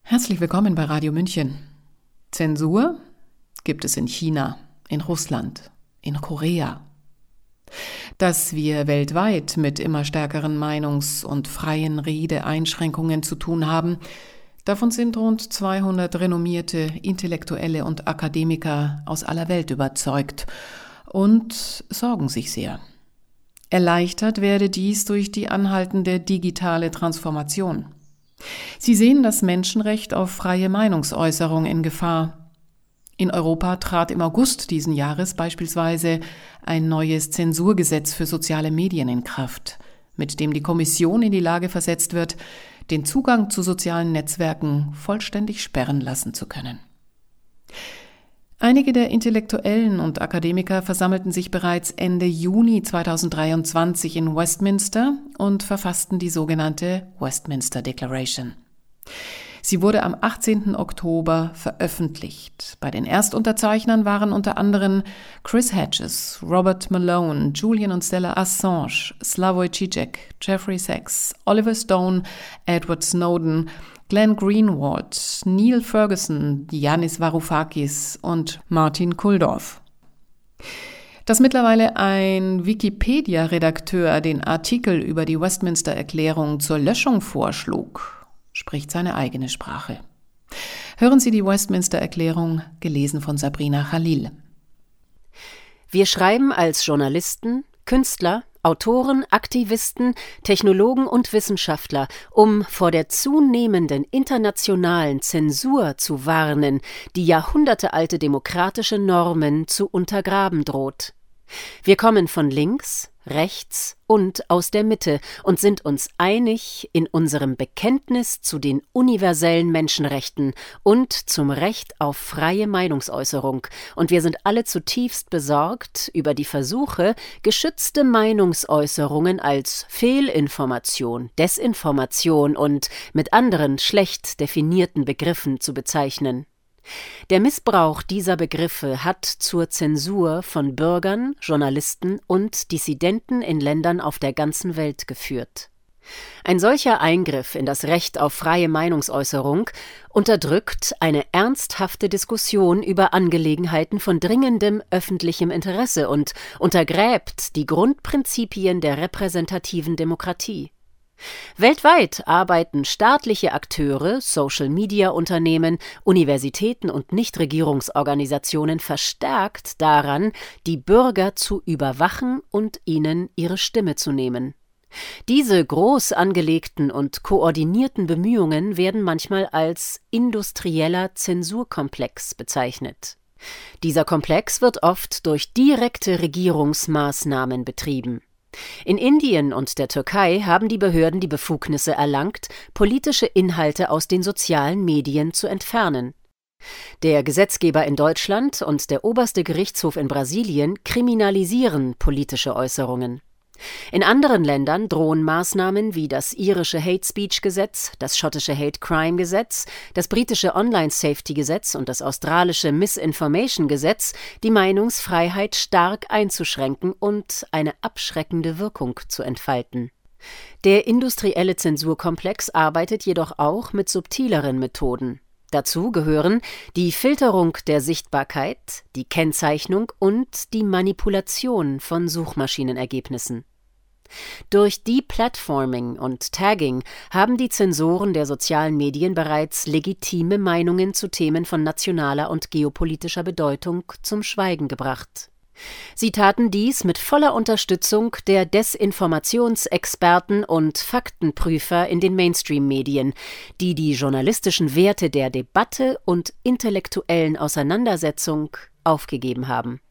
Herzlich willkommen bei Radio München. Zensur gibt es in China, in Russland, in Korea. Dass wir weltweit mit immer stärkeren Meinungs- und freien Redeeinschränkungen zu tun haben, davon sind rund 200 renommierte Intellektuelle und Akademiker aus aller Welt überzeugt und sorgen sich sehr. Erleichtert werde dies durch die anhaltende digitale Transformation. Sie sehen das Menschenrecht auf freie Meinungsäußerung in Gefahr. In Europa trat im August diesen Jahres beispielsweise ein neues Zensurgesetz für soziale Medien in Kraft, mit dem die Kommission in die Lage versetzt wird, den Zugang zu sozialen Netzwerken vollständig sperren lassen zu können. Einige der Intellektuellen und Akademiker versammelten sich bereits Ende Juni 2023 in Westminster und verfassten die sogenannte Westminster Declaration. Sie wurde am 18. Oktober veröffentlicht. Bei den Erstunterzeichnern waren unter anderem Chris Hedges, Robert Malone, Julian und Stella Assange, Slavoj Žižek, Jeffrey Sachs, Oliver Stone, Edward Snowden, Glenn Greenwald, Neil Ferguson, Yanis Varoufakis und Martin Kulldorff. Dass mittlerweile ein Wikipedia-Redakteur den Artikel über die Westminster-Erklärung zur Löschung vorschlug, spricht seine eigene Sprache. Hören Sie die Westminster-Erklärung, gelesen von Sabrina Khalil. Wir schreiben als Journalisten, Künstler, Autoren, Aktivisten, Technologen und Wissenschaftler, um vor der zunehmenden internationalen Zensur zu warnen, die jahrhundertealte demokratische Normen zu untergraben droht. Wir kommen von links, rechts und aus der Mitte und sind uns einig in unserem Bekenntnis zu den universellen Menschenrechten und zum Recht auf freie Meinungsäußerung. Und wir sind alle zutiefst besorgt über die Versuche, geschützte Meinungsäußerungen als Fehlinformation, Desinformation und mit anderen schlecht definierten Begriffen zu bezeichnen. Der Missbrauch dieser Begriffe hat zur Zensur von Bürgern, Journalisten und Dissidenten in Ländern auf der ganzen Welt geführt. Ein solcher Eingriff in das Recht auf freie Meinungsäußerung unterdrückt eine ernsthafte Diskussion über Angelegenheiten von dringendem öffentlichem Interesse und untergräbt die Grundprinzipien der repräsentativen Demokratie. Weltweit arbeiten staatliche Akteure, Social-Media-Unternehmen, Universitäten und Nichtregierungsorganisationen verstärkt daran, die Bürger zu überwachen und ihnen ihre Stimme zu nehmen. Diese groß angelegten und koordinierten Bemühungen werden manchmal als industrieller Zensurkomplex bezeichnet. Dieser Komplex wird oft durch direkte Regierungsmaßnahmen betrieben. In Indien und der Türkei haben die Behörden die Befugnisse erlangt, politische Inhalte aus den sozialen Medien zu entfernen. Der Gesetzgeber in Deutschland und der oberste Gerichtshof in Brasilien kriminalisieren politische Äußerungen. In anderen Ländern drohen Maßnahmen wie das irische Hate-Speech-Gesetz, das schottische Hate-Crime-Gesetz, das britische Online-Safety-Gesetz und das australische Misinformation-Gesetz, die Meinungsfreiheit stark einzuschränken und eine abschreckende Wirkung zu entfalten. Der industrielle Zensurkomplex arbeitet jedoch auch mit subtileren Methoden. Dazu gehören die Filterung der Sichtbarkeit, die Kennzeichnung und die Manipulation von Suchmaschinenergebnissen. Durch Deplatforming und Tagging haben die Zensoren der sozialen Medien bereits legitime Meinungen zu Themen von nationaler und geopolitischer Bedeutung zum Schweigen gebracht. Sie taten dies mit voller Unterstützung der Desinformationsexperten und Faktenprüfer in den Mainstream-Medien, die die journalistischen Werte der Debatte und intellektuellen Auseinandersetzung aufgegeben haben.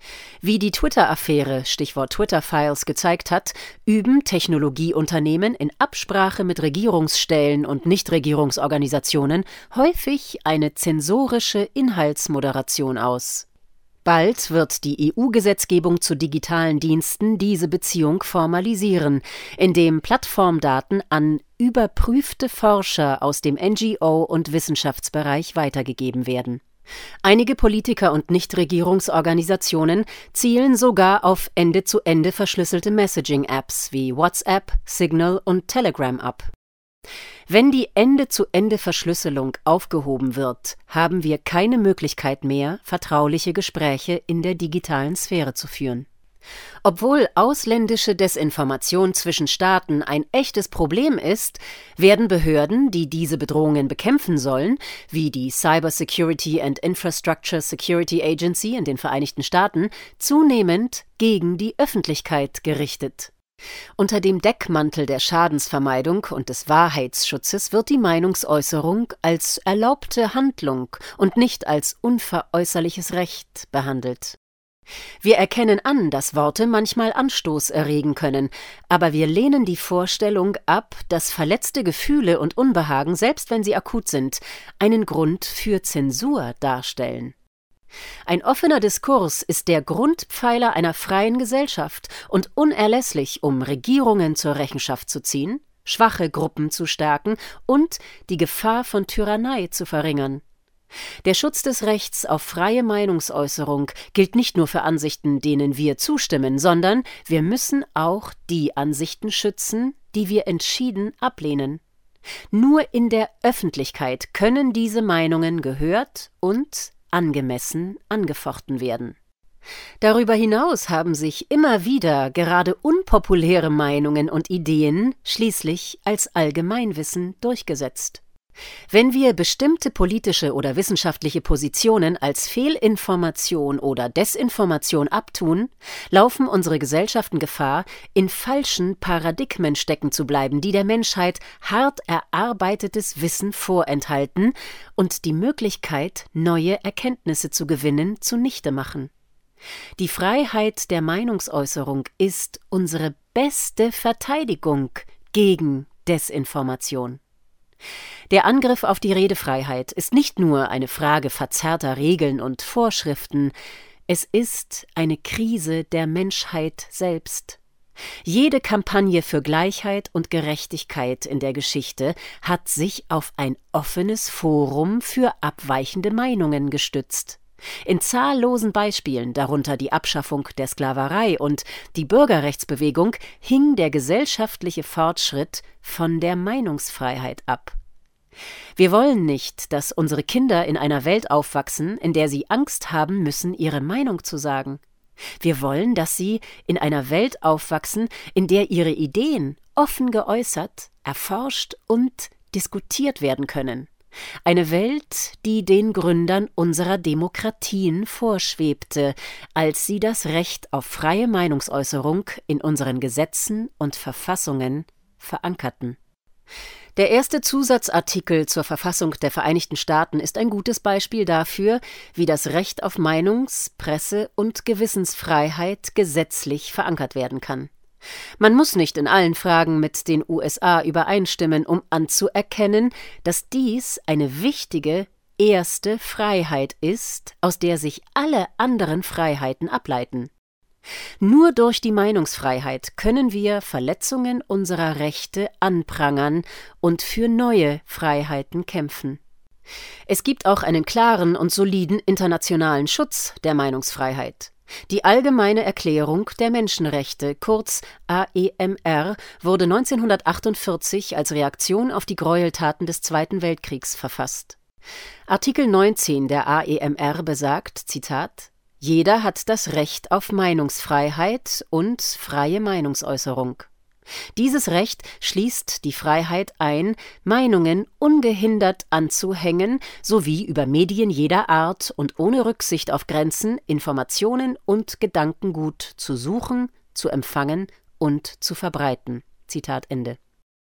Wie die Twitter-Affäre, Stichwort Twitter-Files, gezeigt hat, üben Technologieunternehmen in Absprache mit Regierungsstellen und Nichtregierungsorganisationen häufig eine zensorische Inhaltsmoderation aus. Bald wird die EU-Gesetzgebung zu digitalen Diensten diese Beziehung formalisieren, indem Plattformdaten an überprüfte Forscher aus dem NGO- und Wissenschaftsbereich weitergegeben werden. Einige Politiker und Nichtregierungsorganisationen zielen sogar auf Ende-zu-Ende verschlüsselte Messaging-Apps wie WhatsApp, Signal und Telegram ab. Wenn die Ende-zu-Ende-Verschlüsselung aufgehoben wird, haben wir keine Möglichkeit mehr, vertrauliche Gespräche in der digitalen Sphäre zu führen. Obwohl ausländische Desinformation zwischen Staaten ein echtes Problem ist, werden Behörden, die diese Bedrohungen bekämpfen sollen, wie die Cyber Security and Infrastructure Security Agency in den Vereinigten Staaten, zunehmend gegen die Öffentlichkeit gerichtet. Unter dem Deckmantel der Schadensvermeidung und des Wahrheitsschutzes wird die Meinungsäußerung als erlaubte Handlung und nicht als unveräußerliches Recht behandelt. Wir erkennen an, dass Worte manchmal Anstoß erregen können, aber wir lehnen die Vorstellung ab, dass verletzte Gefühle und Unbehagen, selbst wenn sie akut sind, einen Grund für Zensur darstellen. Ein offener Diskurs ist der Grundpfeiler einer freien Gesellschaft und unerlässlich, um Regierungen zur Rechenschaft zu ziehen, schwache Gruppen zu stärken und die Gefahr von Tyrannei zu verringern. Der Schutz des Rechts auf freie Meinungsäußerung gilt nicht nur für Ansichten, denen wir zustimmen, sondern wir müssen auch die Ansichten schützen, die wir entschieden ablehnen. Nur in der Öffentlichkeit können diese Meinungen gehört und angemessen angefochten werden. Darüber hinaus haben sich immer wieder gerade unpopuläre Meinungen und Ideen schließlich als Allgemeinwissen durchgesetzt. Wenn wir bestimmte politische oder wissenschaftliche Positionen als Fehlinformation oder Desinformation abtun, laufen unsere Gesellschaften Gefahr, in falschen Paradigmen stecken zu bleiben, die der Menschheit hart erarbeitetes Wissen vorenthalten und die Möglichkeit, neue Erkenntnisse zu gewinnen, zunichte machen. Die Freiheit der Meinungsäußerung ist unsere beste Verteidigung gegen Desinformation. Der Angriff auf die Redefreiheit ist nicht nur eine Frage verzerrter Regeln und Vorschriften, es ist eine Krise der Menschheit selbst. Jede Kampagne für Gleichheit und Gerechtigkeit in der Geschichte hat sich auf ein offenes Forum für abweichende Meinungen gestützt. In zahllosen Beispielen, darunter die Abschaffung der Sklaverei und die Bürgerrechtsbewegung, hing der gesellschaftliche Fortschritt von der Meinungsfreiheit ab. Wir wollen nicht, dass unsere Kinder in einer Welt aufwachsen, in der sie Angst haben müssen, ihre Meinung zu sagen. Wir wollen, dass sie in einer Welt aufwachsen, in der ihre Ideen offen geäußert, erforscht und diskutiert werden können. Eine Welt, die den Gründern unserer Demokratien vorschwebte, als sie das Recht auf freie Meinungsäußerung in unseren Gesetzen und Verfassungen verankerten. Der erste Zusatzartikel zur Verfassung der Vereinigten Staaten ist ein gutes Beispiel dafür, wie das Recht auf Meinungs-, Presse- und Gewissensfreiheit gesetzlich verankert werden kann. Man muss nicht in allen Fragen mit den USA übereinstimmen, um anzuerkennen, dass dies eine wichtige erste Freiheit ist, aus der sich alle anderen Freiheiten ableiten. Nur durch die Meinungsfreiheit können wir Verletzungen unserer Rechte anprangern und für neue Freiheiten kämpfen. Es gibt auch einen klaren und soliden internationalen Schutz der Meinungsfreiheit. Die Allgemeine Erklärung der Menschenrechte, kurz AEMR, wurde 1948 als Reaktion auf die Gräueltaten des Zweiten Weltkriegs verfasst. Artikel 19 der AEMR besagt, Zitat, jeder hat das Recht auf Meinungsfreiheit und freie Meinungsäußerung. Dieses Recht schließt die Freiheit ein, Meinungen ungehindert anzuhängen, sowie über Medien jeder Art und ohne Rücksicht auf Grenzen Informationen und Gedankengut zu suchen, zu empfangen und zu verbreiten. Zitat Ende.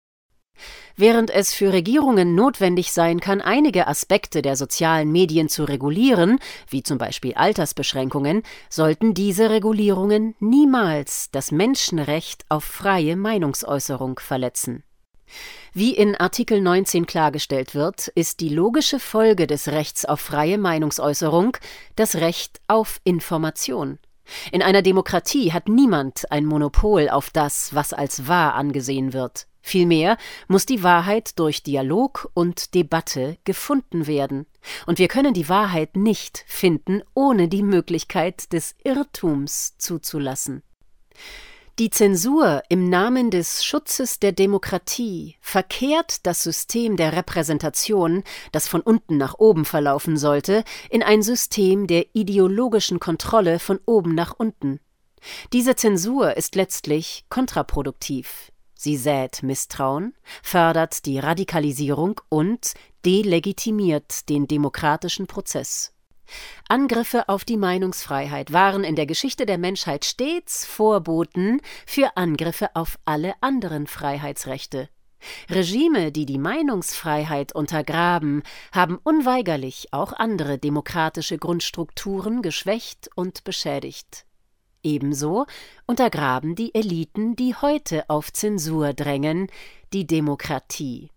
Während es für Regierungen notwendig sein kann, einige Aspekte der sozialen Medien zu regulieren, wie zum Beispiel Altersbeschränkungen, sollten diese Regulierungen niemals das Menschenrecht auf freie Meinungsäußerung verletzen. Wie in Artikel 19 klargestellt wird, ist die logische Folge des Rechts auf freie Meinungsäußerung das Recht auf Information. In einer Demokratie hat niemand ein Monopol auf das, was als wahr angesehen wird. Vielmehr muss die Wahrheit durch Dialog und Debatte gefunden werden. Und wir können die Wahrheit nicht finden, ohne die Möglichkeit des Irrtums zuzulassen. Die Zensur im Namen des Schutzes der Demokratie verkehrt das System der Repräsentation, das von unten nach oben verlaufen sollte, in ein System der ideologischen Kontrolle von oben nach unten. Diese Zensur ist letztlich kontraproduktiv. Sie sät Misstrauen, fördert die Radikalisierung und delegitimiert den demokratischen Prozess. Angriffe auf die Meinungsfreiheit waren in der Geschichte der Menschheit stets Vorboten für Angriffe auf alle anderen Freiheitsrechte. Regime, die die Meinungsfreiheit untergraben, haben unweigerlich auch andere demokratische Grundstrukturen geschwächt und beschädigt. Ebenso untergraben die Eliten, die heute auf Zensur drängen, die Demokratie.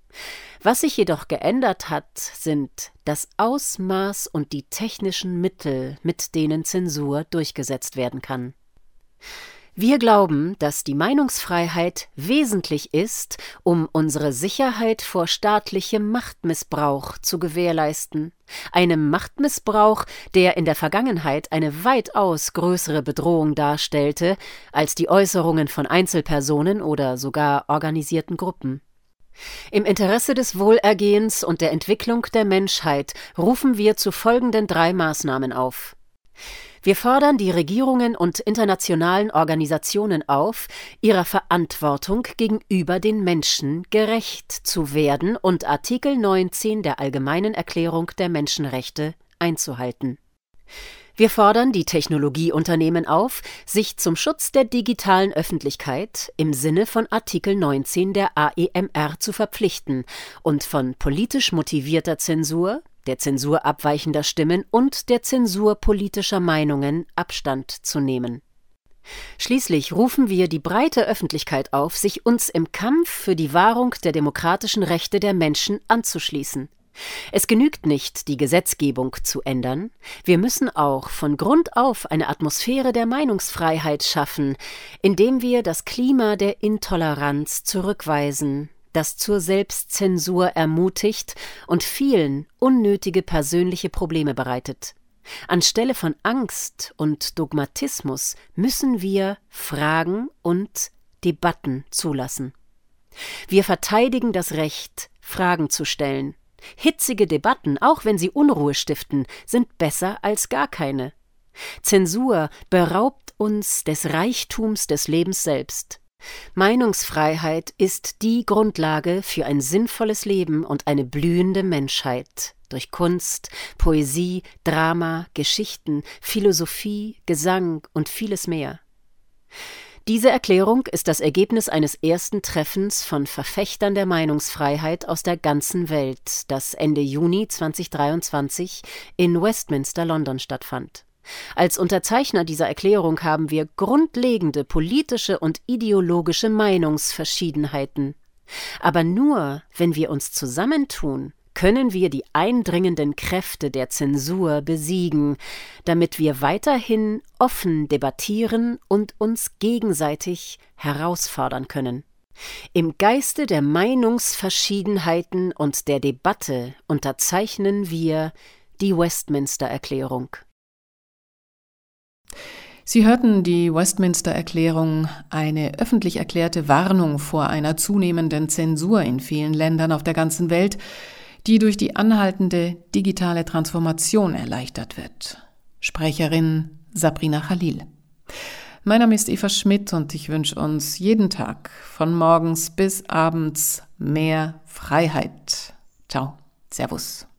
Was sich jedoch geändert hat, sind das Ausmaß und die technischen Mittel, mit denen Zensur durchgesetzt werden kann. Wir glauben, dass die Meinungsfreiheit wesentlich ist, um unsere Sicherheit vor staatlichem Machtmissbrauch zu gewährleisten, einem Machtmissbrauch, der in der Vergangenheit eine weitaus größere Bedrohung darstellte als die Äußerungen von Einzelpersonen oder sogar organisierten Gruppen. Im Interesse des Wohlergehens und der Entwicklung der Menschheit rufen wir zu folgenden 3 Maßnahmen auf. Wir fordern die Regierungen und internationalen Organisationen auf, ihrer Verantwortung gegenüber den Menschen gerecht zu werden und Artikel 19 der Allgemeinen Erklärung der Menschenrechte einzuhalten. Wir fordern die Technologieunternehmen auf, sich zum Schutz der digitalen Öffentlichkeit im Sinne von Artikel 19 der AEMR zu verpflichten und von politisch motivierter Zensur, der Zensur abweichender Stimmen und der Zensur politischer Meinungen Abstand zu nehmen. Schließlich rufen wir die breite Öffentlichkeit auf, sich uns im Kampf für die Wahrung der demokratischen Rechte der Menschen anzuschließen. Es genügt nicht, die Gesetzgebung zu ändern, wir müssen auch von Grund auf eine Atmosphäre der Meinungsfreiheit schaffen, indem wir das Klima der Intoleranz zurückweisen, das zur Selbstzensur ermutigt und vielen unnötige persönliche Probleme bereitet. Anstelle von Angst und Dogmatismus müssen wir Fragen und Debatten zulassen. Wir verteidigen das Recht, Fragen zu stellen. Hitzige Debatten, auch wenn sie Unruhe stiften, sind besser als gar keine. Zensur beraubt uns des Reichtums des Lebens selbst. Meinungsfreiheit ist die Grundlage für ein sinnvolles Leben und eine blühende Menschheit. Durch Kunst, Poesie, Drama, Geschichten, Philosophie, Gesang und vieles mehr. Diese Erklärung ist das Ergebnis eines ersten Treffens von Verfechtern der Meinungsfreiheit aus der ganzen Welt, das Ende Juni 2023 in Westminster, London stattfand. Als Unterzeichner dieser Erklärung haben wir grundlegende politische und ideologische Meinungsverschiedenheiten. Aber nur, wenn wir uns zusammentun, können wir die eindringenden Kräfte der Zensur besiegen, damit wir weiterhin offen debattieren und uns gegenseitig herausfordern können. Im Geiste der Meinungsverschiedenheiten und der Debatte unterzeichnen wir die Westminster-Erklärung. Sie hörten die Westminster-Erklärung, eine öffentlich erklärte Warnung vor einer zunehmenden Zensur in vielen Ländern auf der ganzen Welt, die durch die anhaltende digitale Transformation erleichtert wird. Sprecherin Sabrina Khalil. Mein Name ist Eva Schmidt und ich wünsche uns jeden Tag von morgens bis abends mehr Freiheit. Ciao, Servus.